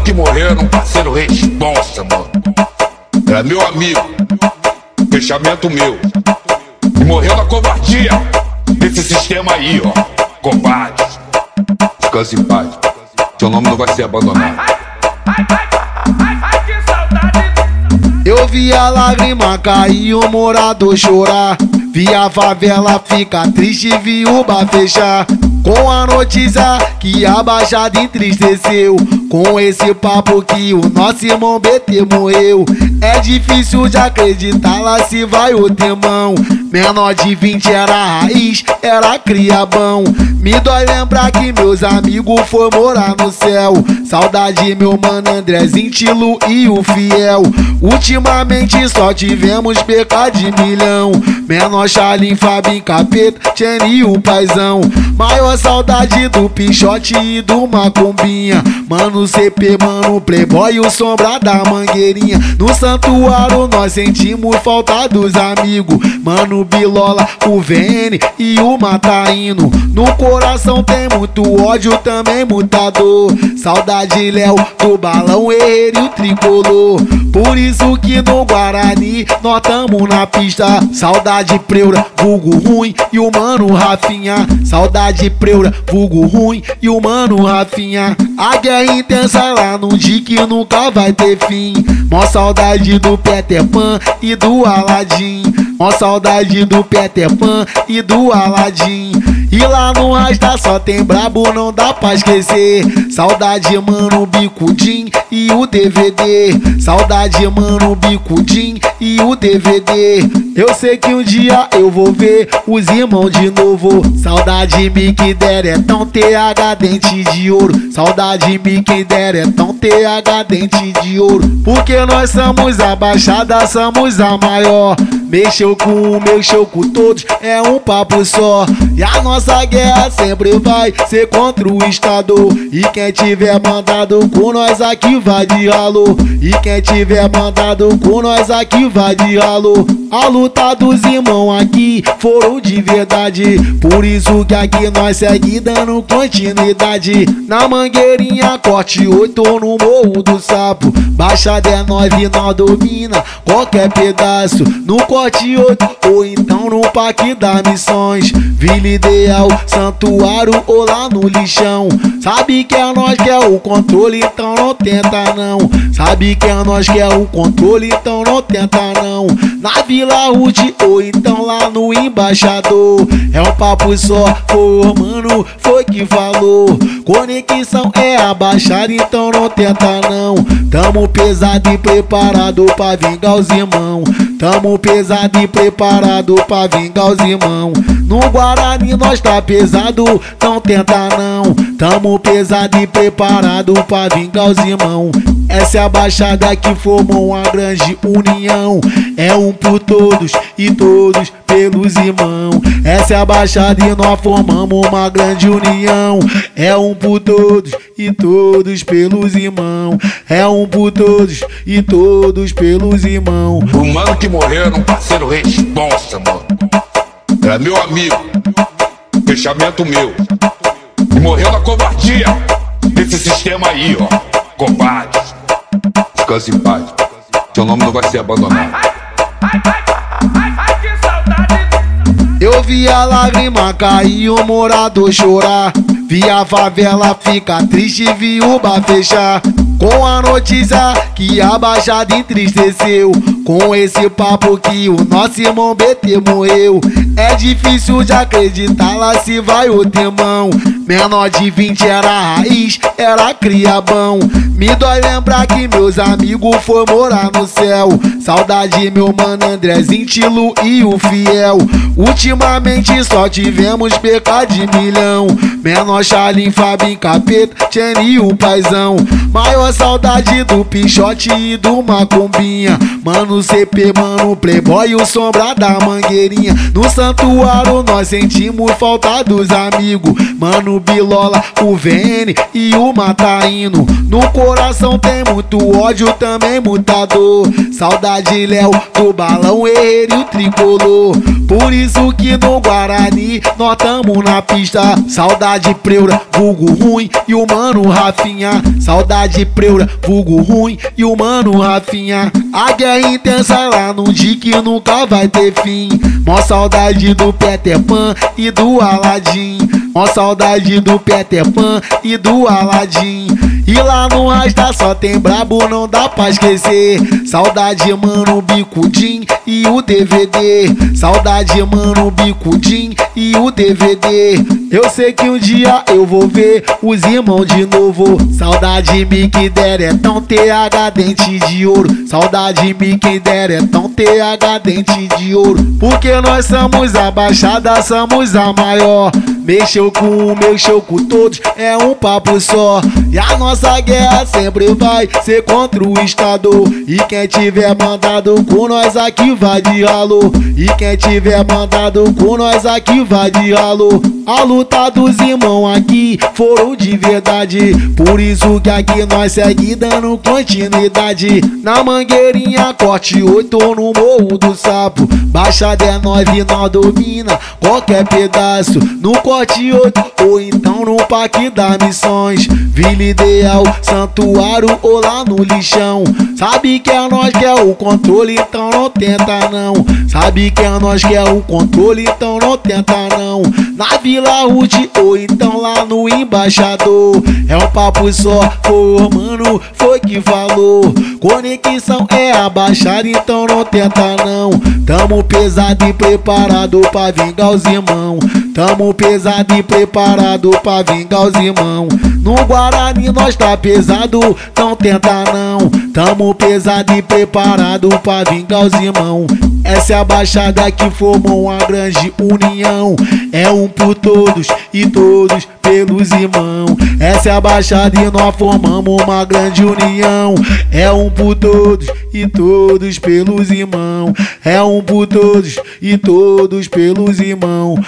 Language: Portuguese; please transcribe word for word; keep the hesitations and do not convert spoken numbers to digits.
que morreram, um parceiro responsa, mano. Era meu amigo, fechamento meu. E morreu na covardia desse sistema aí, ó. Covarde. Descanse em paz. Seu nome não vai ser abandonado. Eu vi a lágrima cair, o morador chorar. Vi a favela ficar triste, vi o bar fechar. Com a notícia que a Baixada entristeceu, com esse papo que o nosso irmão B T morreu. É difícil de acreditar, lá se vai o temão. Menor de vinte era raiz, era criabão. Me dói lembrar que meus amigos foram morar no céu. Saudade meu mano Andrezinho, Tilo e o Fiel. Ultimamente só tivemos peca de milhão. Menor Charlie, Fabinho, Capeta, Tchene e o Paizão. Maior saudade do Pichote e do Macumbinha. Mano C P, mano Playboy e o Sombra da Mangueirinha. No santuário nós sentimos falta dos amigos. Mano Bilola, o V N e o Mataíno. No coração tem muito ódio, também muita dor. Saudade Léo do Balão, Herreiro e o Tricolor. Por isso que no Guarani nós tamo na pista. Saudade Preura, vulgo ruim e o mano Rafinha. Saudade Preura, vulgo ruim e o mano Rafinha. A guerra intensa lá no dia que nunca vai ter fim. Mó saudade do Peter Pan e do Aladim. Mó saudade do Peter Pan e do Aladim. E lá no Rasta só tem brabo, não dá pra esquecer. Saudade mano Bicudinho e o D V D. Saudade mano Bicudinho e o D V D. Eu sei que um dia eu vou ver os irmãos de novo. Saudade me que der é tão T H dente de ouro. Saudade me que der é tão T H dente de ouro. Porque nós somos a Baixada, somos a maior. Mexeu com o mexeu com todos, é um papo só. E a nossa guerra sempre vai ser contra o Estado. E quem tiver mandado com nós aqui vai de ralo. E quem tiver mandado com nós aqui vai de ralo. A luta dos irmãos aqui foram de verdade. Por isso que aqui nós segue dando continuidade. Na Mangueirinha, corte oito no Morro do Sapo. Baixada é nove, nós domina qualquer pedaço. No corte oito ou então no Parque das Missões. Vila Ideal, Santuário ou lá no Lixão. Sabe que é nós que é o controle, então não tenta não. Sabe que é nós que é o controle, então não tenta não. Na Vila Rude ou então lá no Embaixador. É um papo só, foi mano, foi que falou. Conexão é a Baixada, então não tenta não. Tamo pesado e preparado pra vingar os irmãos. Tamo pesado e preparado pra vingar os irmãos. No Guarani nós tá pesado, não tenta não. Tamo pesado e preparado pra vingar os irmãos. Essa é a Baixada que formou uma grande união. É um por todos e todos pelos irmãos. Essa é a Baixada e nós formamos uma grande união. É um por todos e todos pelos irmãos. É um por todos e todos pelos irmãos. O mano que morreram, um parceiro responsa, mano. Era meu amigo, fechamento meu. E morreu na covardia desse sistema aí, ó. Covarde. Descanse em paz. Seu nome não vai ser abandonado. Eu vi a lágrima cair, o morador chorar. Vi a favela ficar triste, vi o bar fechar. Com a notícia que a Baixada entristeceu, com esse papo que o nosso irmão B T morreu. É difícil de acreditar, lá se vai o temão. Menor de vinte era raiz, era criabão. Me dói lembrar que meus amigos foram morar no céu. Saudade meu mano Andrezinho, Tilo e o Fiel. Ultimamente só tivemos peca de milhão. Menor Charlie, Fabinho, Capeta, Tchene e o Paizão. Maior saudade do Pichote e do Macumbinha. Mano C P, mano Playboy e o Sombra da Mangueirinha. No santuário nós sentimos falta dos amigos. Mano Bilola, o V N e o Mataíno. No coração tem muito ódio, também muita dor. Saudade Léo do balão, herreiro e o tricolor. Por isso que no Guarani nós tamo na pista. Saudade Preura, vulgo ruim e o mano Rafinha. Saudade Preura, vulgo ruim e o mano Rafinha. A guerra intensa lá no dia que nunca vai ter fim. Mó saudade do Peter Pan e do Aladim. Mó saudade do Peter Pan e do Aladim. E lá no Rasta só tem brabo, não dá pra esquecer. Saudade, mano, Bicudinho e o D V D. Saudade, mano, Bicudinho e o D V D. Eu sei que um dia eu vou ver os irmãos de novo. Saudade me que der é tão T H dente de ouro. Saudade me que der é tão T H dente de ouro. Porque nós somos a baixada, somos a maior. Mexeu com um, mexeu com todos, é um papo só. E a nossa guerra sempre vai ser contra o Estado. E quem tiver mandado com nós aqui vai de ralo. E quem tiver mandado com nós aqui vai de ralo. A luta dos irmãos aqui foram de verdade. Por isso que aqui nós segue dando continuidade. Na Mangueirinha, corte oito no Morro do Sapo. Baixada é nove, nós domina qualquer pedaço. No corte oito ou então no Parque das Missões. Vila Ideal, Santuário ou lá no Lixão. Sabe que é nós que é o controle, então não tenta não. Sabe que é nós que é o controle, então não tenta não. Na Vila Ruth ou então lá no Embaixador. É um papo só, foi mano, foi que falou. Conexão é a baixada, então não tenta não. Tamo pesado e preparado pra vingar os irmãos. Tamo pesado e preparado pra vingar os irmãos. No Guarani nós tá pesado, não tenta não. Tamo pesado e preparado pra vingar os irmãos. Essa é a baixada que formou uma grande união. É um por todos e todos pelos irmãos. Essa é a baixada e nós formamos uma grande união. É um por todos e todos pelos irmãos. É um por todos e todos pelos irmãos.